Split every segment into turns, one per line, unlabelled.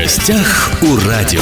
гостях у радио.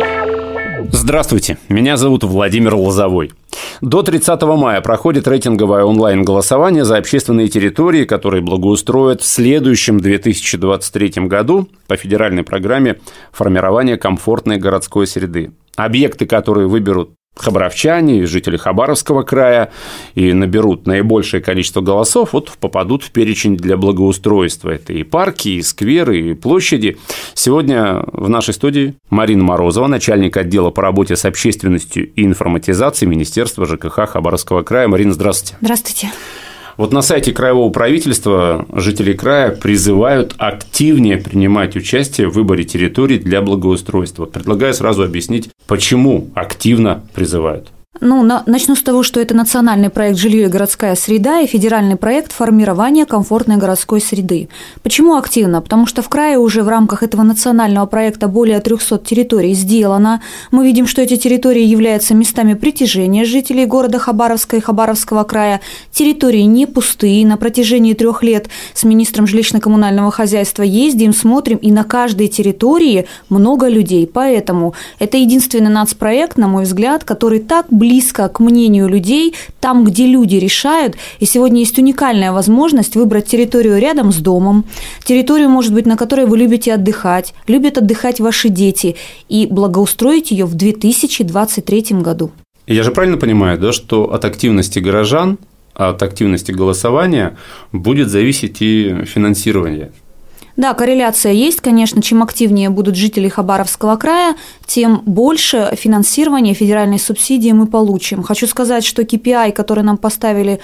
Здравствуйте, меня зовут Владимир Лозовой. До 30 мая проходит рейтинговое онлайн-голосование за общественные территории, которые благоустроят в следующем 2023 году по федеральной программе формирования комфортной городской среды. Объекты, которые выберут хабаровчане и жители Хабаровского края и наберут наибольшее количество голосов, попадут в перечень для благоустройства. Это и парки, и скверы, и площади. Сегодня в нашей студии Марина Морозова, начальник отдела по работе с общественностью и информатизацией Министерства ЖКХ Хабаровского края. Марина, здравствуйте.
Здравствуйте.
На сайте краевого правительства жители края призывают активнее принимать участие в выборе территорий для благоустройства. Предлагаю сразу объяснить, почему активно призывают.
Начну с того, что это национальный проект «Жилье и городская среда» и федеральный проект формирования комфортной городской среды. Почему активно? Потому что в крае уже в рамках этого национального проекта более 300 территорий сделано. Мы видим, что эти территории являются местами притяжения жителей города Хабаровска и Хабаровского края. Территории не пустые. На протяжении 3 лет с министром жилищно-коммунального хозяйства ездим, смотрим, и на каждой территории много людей. Поэтому это единственный нацпроект, на мой взгляд, который так близко к мнению людей, там, где люди решают. И сегодня есть уникальная возможность выбрать территорию рядом с домом, территорию, может быть, на которой вы любите отдыхать, любят отдыхать ваши дети, и благоустроить ее в 2023 году.
Я же правильно понимаю, что от активности горожан, от активности голосования будет зависеть и финансирование?
Да, корреляция есть, конечно. Чем активнее будут жители Хабаровского края, тем больше финансирования федеральной субсидии мы получим. Хочу сказать, что KPI, который нам поставили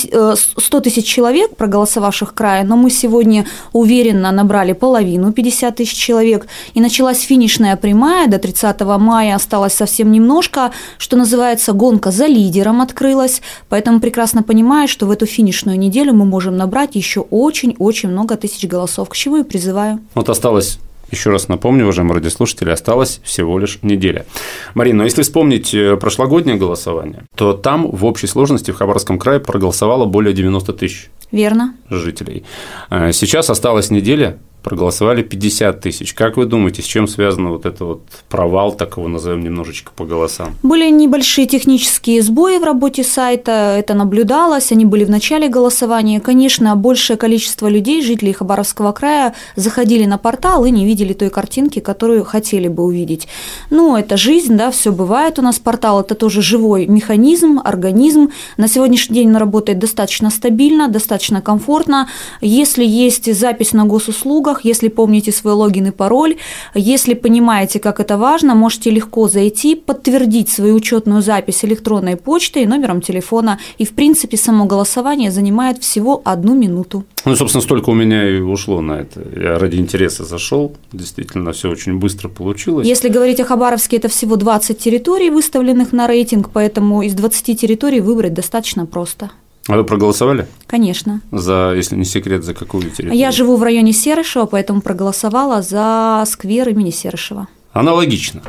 100 тысяч человек, проголосовавших в крае, но мы сегодня уверенно набрали половину, 50 тысяч человек, и началась финишная прямая, до 30 мая осталось совсем немножко, что называется, гонка за лидером открылась, поэтому прекрасно понимаю, что в эту финишную неделю мы можем набрать еще очень-очень много тысяч голосов, к чему и призываю.
Осталось, еще раз напомню, уважаемые радиослушатели, осталось всего лишь неделя. Марина, если вспомнить прошлогоднее голосование, то там в общей сложности в Хабаровском крае проголосовало более 90 тысяч.
Верно.
Жителей. Сейчас осталась неделя, проголосовали 50 тысяч. Как вы думаете, с чем связан этот провал, так его назовем немножечко по голосам?
Были небольшие технические сбои в работе сайта, это наблюдалось, они были в начале голосования. Конечно, большее количество людей, жителей Хабаровского края, заходили на портал и не видели той картинки, которую хотели бы увидеть. Это жизнь, да, все бывает у нас. Портал – это тоже живой механизм, организм. На сегодняшний день он работает достаточно стабильно, достаточно комфортно. Если есть запись на госуслугах, если помните свой логин и пароль, если понимаете, как это важно, можете легко зайти, подтвердить свою учетную запись электронной почтой и номером телефона. И, в принципе, само голосование занимает всего 1 минуту.
Собственно, столько у меня и ушло на это. Я ради интереса зашел, действительно, все очень быстро получилось.
Если говорить о Хабаровске, это всего 20 территорий, выставленных на рейтинг, поэтому из 20 территорий выбрать достаточно просто.
А вы проголосовали?
Конечно.
Если не секрет, за какую территорию?
Я живу в районе Серышева, поэтому проголосовала за сквер имени Серышева.
Аналогично.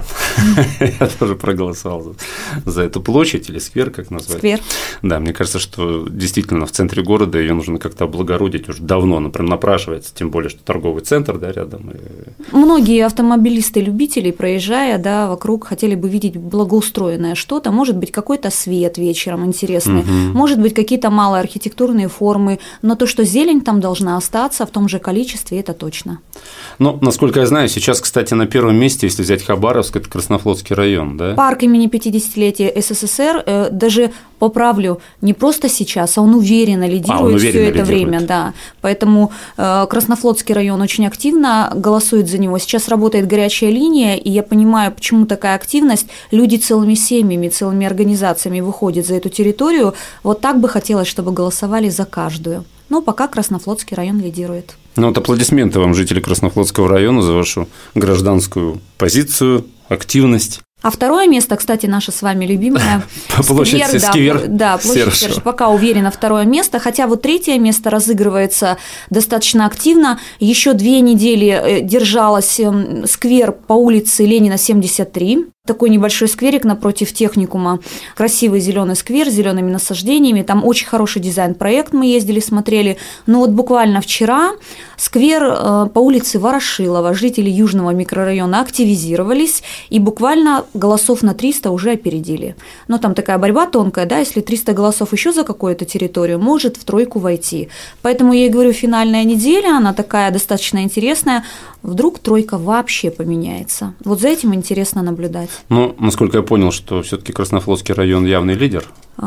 Я тоже проголосовал за эту площадь или сквер, как назвать.
Сквер.
Да, мне кажется, что действительно в центре города ее нужно как-то облагородить уже давно, например, напрашивается, тем более, что торговый центр, да, рядом.
Многие автомобилисты-любители, проезжая, да, вокруг, хотели бы видеть благоустроенное что-то, может быть, какой-то свет вечером интересный, может быть, какие-то малые архитектурные формы, но то, что зелень там должна остаться в том же количестве, это точно.
Насколько я знаю, сейчас, кстати, на первом месте, если взять Хабаровск, это Краснофлотский район, да?
Парк имени 50-летия СССР, даже поправлю, не просто сейчас, а он уверенно лидирует все это время, да. Поэтому Краснофлотский район очень активно голосует за него. Сейчас работает горячая линия, и я понимаю, почему такая активность. Люди целыми семьями, целыми организациями выходят за эту территорию. Вот так бы хотелось, чтобы голосовали за каждую. Но пока Краснофлотский район лидирует.
Аплодисменты вам, жители Краснофлотского района, за вашу гражданскую позицию, активность.
А второе место, кстати, наше с вами любимое.
Площадь Сквер.
Да, площадь Сквер. Пока уверена второе место. Хотя вот третье место разыгрывается достаточно активно. Еще 2 недели держалась сквер по улице Ленина, 73. Такой небольшой скверик напротив техникума. Красивый зеленый сквер с зелеными насаждениями. Там очень хороший дизайн-проект, мы ездили, смотрели. Но вот буквально вчера сквер по улице Ворошилова. Жители Южного микрорайона активизировались и буквально голосов на 300 уже опередили. Но там такая борьба тонкая, да, если 300 голосов еще за какую-то территорию, может в тройку войти. Поэтому я и говорю, финальная неделя, она такая достаточно интересная. Вдруг тройка вообще поменяется. Вот за этим интересно наблюдать.
Ну, насколько я понял, что все-таки Краснофлотский район явный лидер.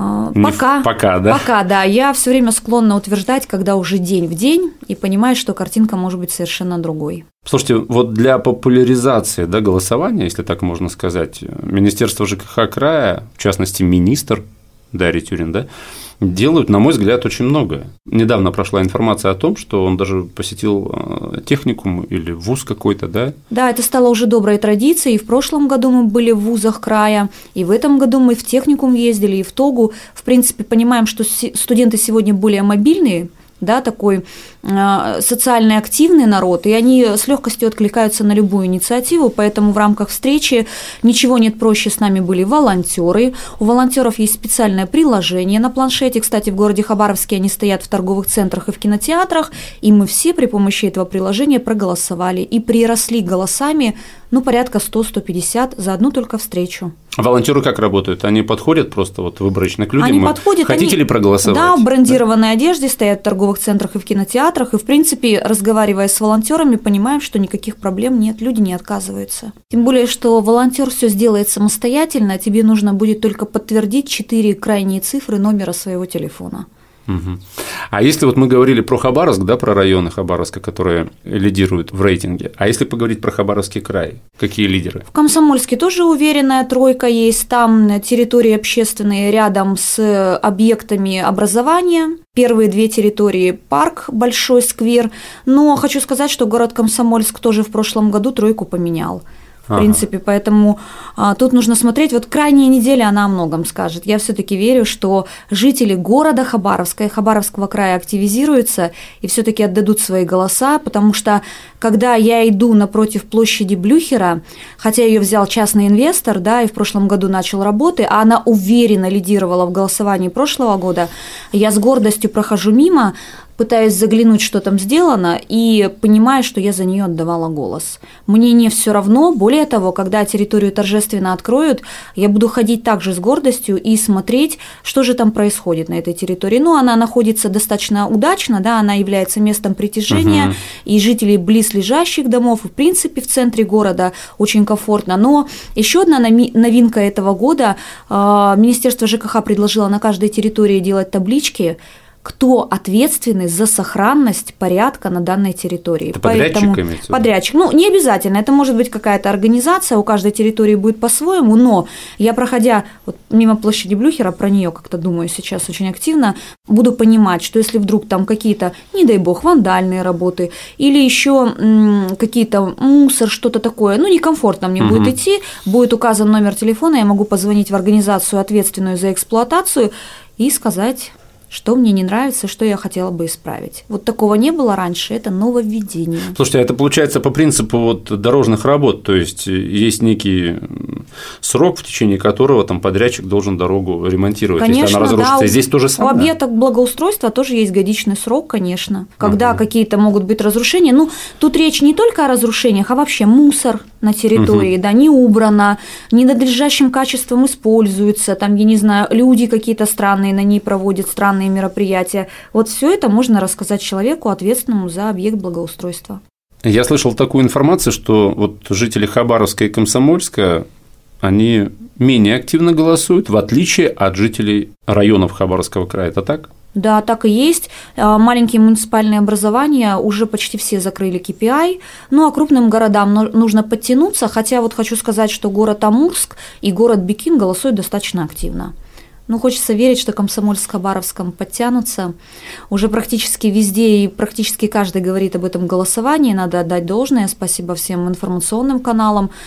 Пока, да. Я все время склонна утверждать, когда уже день в день, и понимаю, что картинка может быть совершенно другой.
Слушайте, вот для популяризации, да, голосования, если так можно сказать, Министерство ЖКХ края, в частности, министр Дарья Тюрин, да, делают, на мой взгляд, очень многое. Недавно прошла информация о том, что он даже посетил техникум или вуз какой-то, да? Да,
это стало уже доброй традицией. И в прошлом году мы были в вузах края, и в этом году мы в техникум ездили, и в ТОГУ. В принципе, понимаем, что студенты сегодня более мобильные, да, такой социально активный народ, и они с легкостью откликаются на любую инициативу, поэтому в рамках встречи ничего нет проще, с нами были волонтеры. У волонтеров есть специальное приложение на планшете, кстати, в городе Хабаровске они стоят в торговых центрах и в кинотеатрах, и мы все при помощи этого приложения проголосовали и приросли голосами, порядка 100-150 за одну только встречу.
А волонтеры как работают? Они подходят просто вот выборочно к людям? Они подходят. Хотите ли проголосовать?
Да, в брендированной одежде стоят в торговых центрах и в кинотеатрах, и, в принципе, разговаривая с волонтерами, понимаем, что никаких проблем нет, люди не отказываются. Тем более, что волонтер все сделает самостоятельно, а тебе нужно будет только подтвердить 4 крайние цифры номера своего телефона.
Угу. А если вот мы говорили про Хабаровск, да, про районы Хабаровска, которые лидируют в рейтинге, а если поговорить про Хабаровский край, какие лидеры?
В Комсомольске тоже уверенная тройка есть, там территории общественные рядом с объектами образования. Первые 2 территории – парк, большой сквер, но хочу сказать, что город Комсомольск тоже в прошлом году тройку поменял. В принципе, поэтому тут нужно смотреть, вот крайняя неделя, она о многом скажет. Я все-таки верю, что жители города Хабаровска и Хабаровского края активизируются и все-таки отдадут свои голоса, потому что когда я иду напротив площади Блюхера, хотя ее взял частный инвестор, да, и в прошлом году начал работы, а она уверенно лидировала в голосовании прошлого года, я с гордостью прохожу мимо, пытаюсь заглянуть, что там сделано, и понимаю, что я за нее отдавала голос. Мне не все равно, более того, когда территорию торжественно откроют, я буду ходить также с гордостью и смотреть, что же там происходит на этой территории. Она находится достаточно удачно, да, она является местом притяжения, и жителей близлежащих домов, и, в принципе, в центре города очень комфортно. Но еще одна новинка этого года, Министерство ЖКХ предложило на каждой территории делать таблички, кто ответственный за сохранность порядка на данной территории.
Это подрядчик имеется?
Подрядчик. Не обязательно. Это может быть какая-то организация, у каждой территории будет по-своему, но я, проходя вот мимо площади Блюхера, про нее как-то думаю сейчас очень активно, буду понимать, что если вдруг там какие-то, не дай бог, вандальные работы или еще какие-то мусор, что-то такое, некомфортно мне будет идти, будет указан номер телефона, я могу позвонить в организацию, ответственную за эксплуатацию, и сказать, что мне не нравится, что я хотела бы исправить. Вот такого не было раньше, это нововведение.
Слушайте, это получается по принципу дорожных работ, то есть есть некий срок, в течение которого там подрядчик должен дорогу ремонтировать,
конечно,
если она разрушится.
Да,
и здесь то же самое.
У объектов благоустройства тоже есть годичный срок, конечно, когда какие-то могут быть разрушения. Тут речь не только о разрушениях, а вообще мусор на территории, да, не убрано, ненадлежащим качеством используется, там, я не знаю, люди какие-то странные на ней проводят, странные мероприятия. Вот все это можно рассказать человеку, ответственному за объект благоустройства.
Я слышал такую информацию, что вот жители Хабаровска и Комсомольска, они менее активно голосуют, в отличие от жителей районов Хабаровского края. Это так?
Да, так и есть. Маленькие муниципальные образования уже почти все закрыли KPI, а крупным городам нужно подтянуться, хотя вот хочу сказать, что город Амурск и город Бикин голосуют достаточно активно. Хочется верить, что Комсомольск с Хабаровском подтянутся. Уже практически везде и практически каждый говорит об этом голосовании, надо отдать должное. Спасибо всем информационным каналам.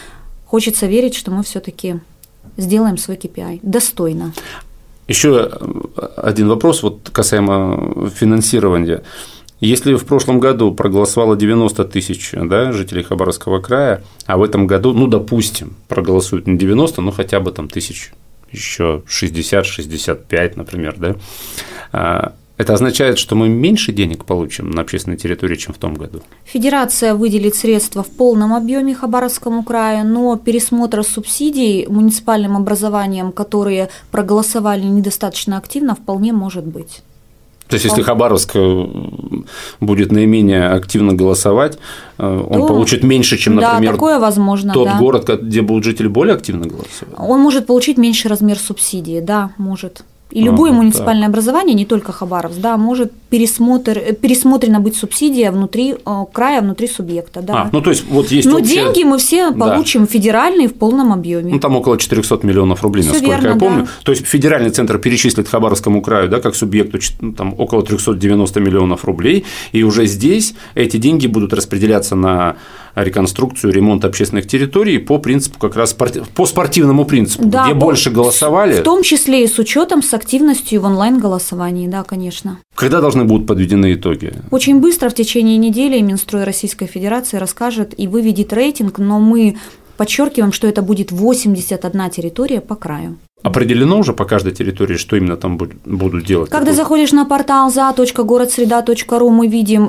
хочется верить, что мы все-таки сделаем свой KPI достойно.
Еще один вопрос вот касаемо финансирования. Если в прошлом году проголосовало 90 тысяч, да, жителей Хабаровского края, а в этом году, ну, допустим, проголосуют не 90, но хотя бы там тысяч еще 60-65, например, да, это означает, что мы меньше денег получим на общественной территории, чем в том году?
Федерация выделит средства в полном объеме Хабаровскому краю, но пересмотр субсидий муниципальным образованиям, которые проголосовали недостаточно активно, вполне может быть.
То есть, если Хабаровск будет наименее активно голосовать, он получит меньше, чем, например,
такое возможно,
тот город, где будут жители более активно голосовать?
Он может получить меньший размер субсидии, да, может. И любое муниципальное образование, не только Хабаровск, да, может пересмотрена быть субсидия внутри края, внутри субъекта. Да.
Ну, то есть, вот есть
но деньги мы все получим федеральные в полном объеме.
Ну, там около 400 миллионов рублей,
всё
насколько
верно,
я помню.
Да.
То есть, федеральный центр перечислит Хабаровскому краю, да, как субъекту, там около 390 миллионов рублей, и уже здесь эти деньги будут распределяться на реконструкцию, ремонт общественных территорий по принципу, как раз по спортивному принципу, да, где больше голосовали.
В том числе и с учетом с активностью в онлайн-голосовании, да, конечно.
Когда должны будут подведены итоги?
Очень быстро, в течение недели, Минстрой Российской Федерации расскажет и выведет рейтинг, но мы подчеркиваем, что это будет 81 территория по краю.
Определено уже по каждой территории, что именно там будут делать?
Когда заходишь на портал za.городсреда.ру, мы видим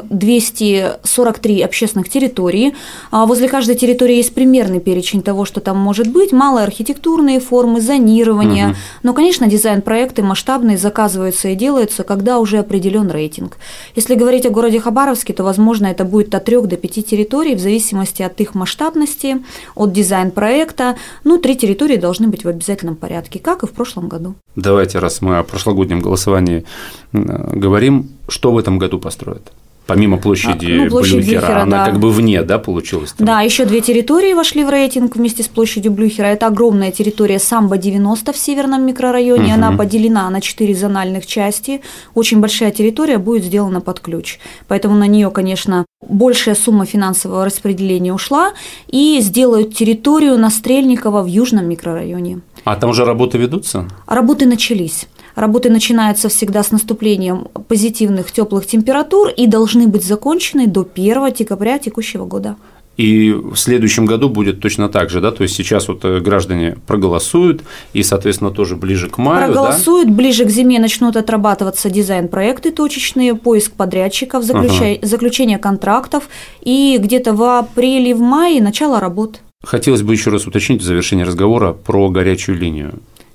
243 общественных территорий. Возле каждой территории есть примерный перечень того, что там может быть. Малые архитектурные формы, зонирование. Но, конечно, дизайн-проекты масштабные заказываются и делаются, когда уже определен рейтинг. Если говорить о городе Хабаровске, то, возможно, это будет от 3 до 5 территорий, в зависимости от их масштабности, от дизайн-проекта. 3 территории должны быть в обязательном порядке, как и в прошлом году.
Давайте, раз мы о прошлогоднем голосовании говорим, что в этом году построят? Помимо площади Блюхера, она как бы вне, да, получилась? Там?
Да, еще 2 территории вошли в рейтинг вместе с площадью Блюхера. Это огромная территория Самбо-90 в северном микрорайоне. Она поделена на 4 зональных части. Очень большая территория будет сделана под ключ. Поэтому на нее, конечно, большая сумма финансового распределения ушла. И сделают территорию на Стрельниково в южном микрорайоне.
А там уже работы ведутся?
Работы начались. Работы начинаются всегда с наступлением позитивных теплых температур и должны быть закончены до 1 декабря текущего года.
И в следующем году будет точно так же, да? То есть сейчас вот граждане проголосуют и, соответственно, тоже ближе к маю.
Проголосуют, да? Ближе к зиме начнут отрабатываться дизайн-проекты точечные, поиск подрядчиков, заключение контрактов и где-то в апреле, в мае начало работ.
Хотелось бы еще раз уточнить в завершении разговора про горячую линию.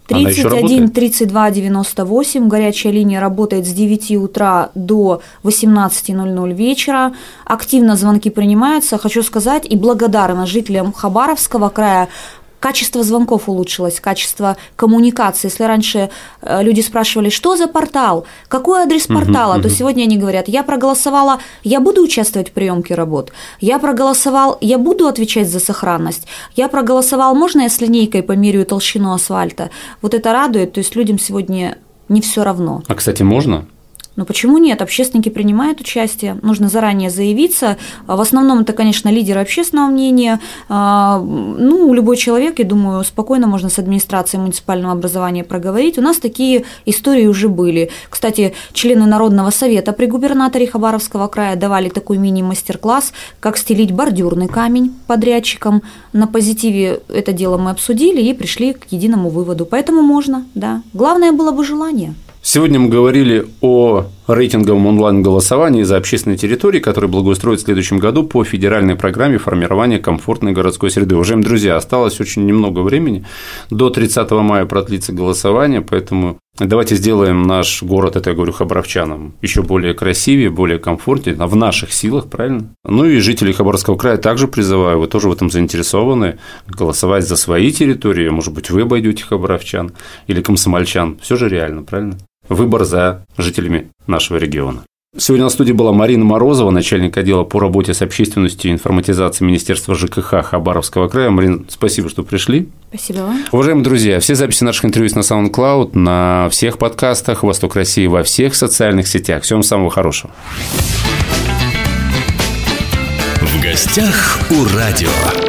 31 32 98. Горячая линия работает с 9 утра до 18:00 вечера. Активно звонки принимаются. Хочу сказать и благодарна жителям Хабаровского края. Качество звонков улучшилось, качество коммуникации. Если раньше люди спрашивали, что за портал, какой адрес портала, то сегодня они говорят, я проголосовала, я буду участвовать в приемке работ, я проголосовал, я буду отвечать за сохранность, я проголосовал, можно я с линейкой померяю толщину асфальта. Вот это радует, то есть людям сегодня не все равно.
А, кстати, можно?
Но почему нет? Общественники принимают участие, нужно заранее заявиться. В основном это, конечно, лидеры общественного мнения. Любой человек, я думаю, спокойно можно с администрацией муниципального образования проговорить. У нас такие истории уже были. Кстати, члены Народного совета при губернаторе Хабаровского края давали такой мини-мастер-класс, как стелить бордюрный камень подрядчикам. На позитиве это дело мы обсудили и пришли к единому выводу. Поэтому можно, да. Главное было бы желание.
Сегодня мы говорили о рейтинговом онлайн-голосовании за общественные территории, которые благоустроят в следующем году по федеральной программе формирования комфортной городской среды. Уважаемые друзья, осталось очень немного времени. До 30 мая продлится голосование, поэтому давайте сделаем наш город, это я говорю хабаровчанам, еще более красивее, более комфортнее, в наших силах, правильно? И жителей Хабаровского края также призываю, вы тоже в этом заинтересованы, голосовать за свои территории, может быть, вы обойдете хабаровчан или комсомольчан, все же реально, правильно? Выбор за жителями нашего региона. Сегодня на студии была Марина Морозова, начальник отдела по работе с общественностью и информатизацией Министерства ЖКХ Хабаровского края. Марина, спасибо, что пришли.
Спасибо вам.
Уважаемые друзья, все записи наших интервью есть на SoundCloud, на всех подкастах «Восток России», во всех социальных сетях. Всем самого хорошего.
В гостях у радио.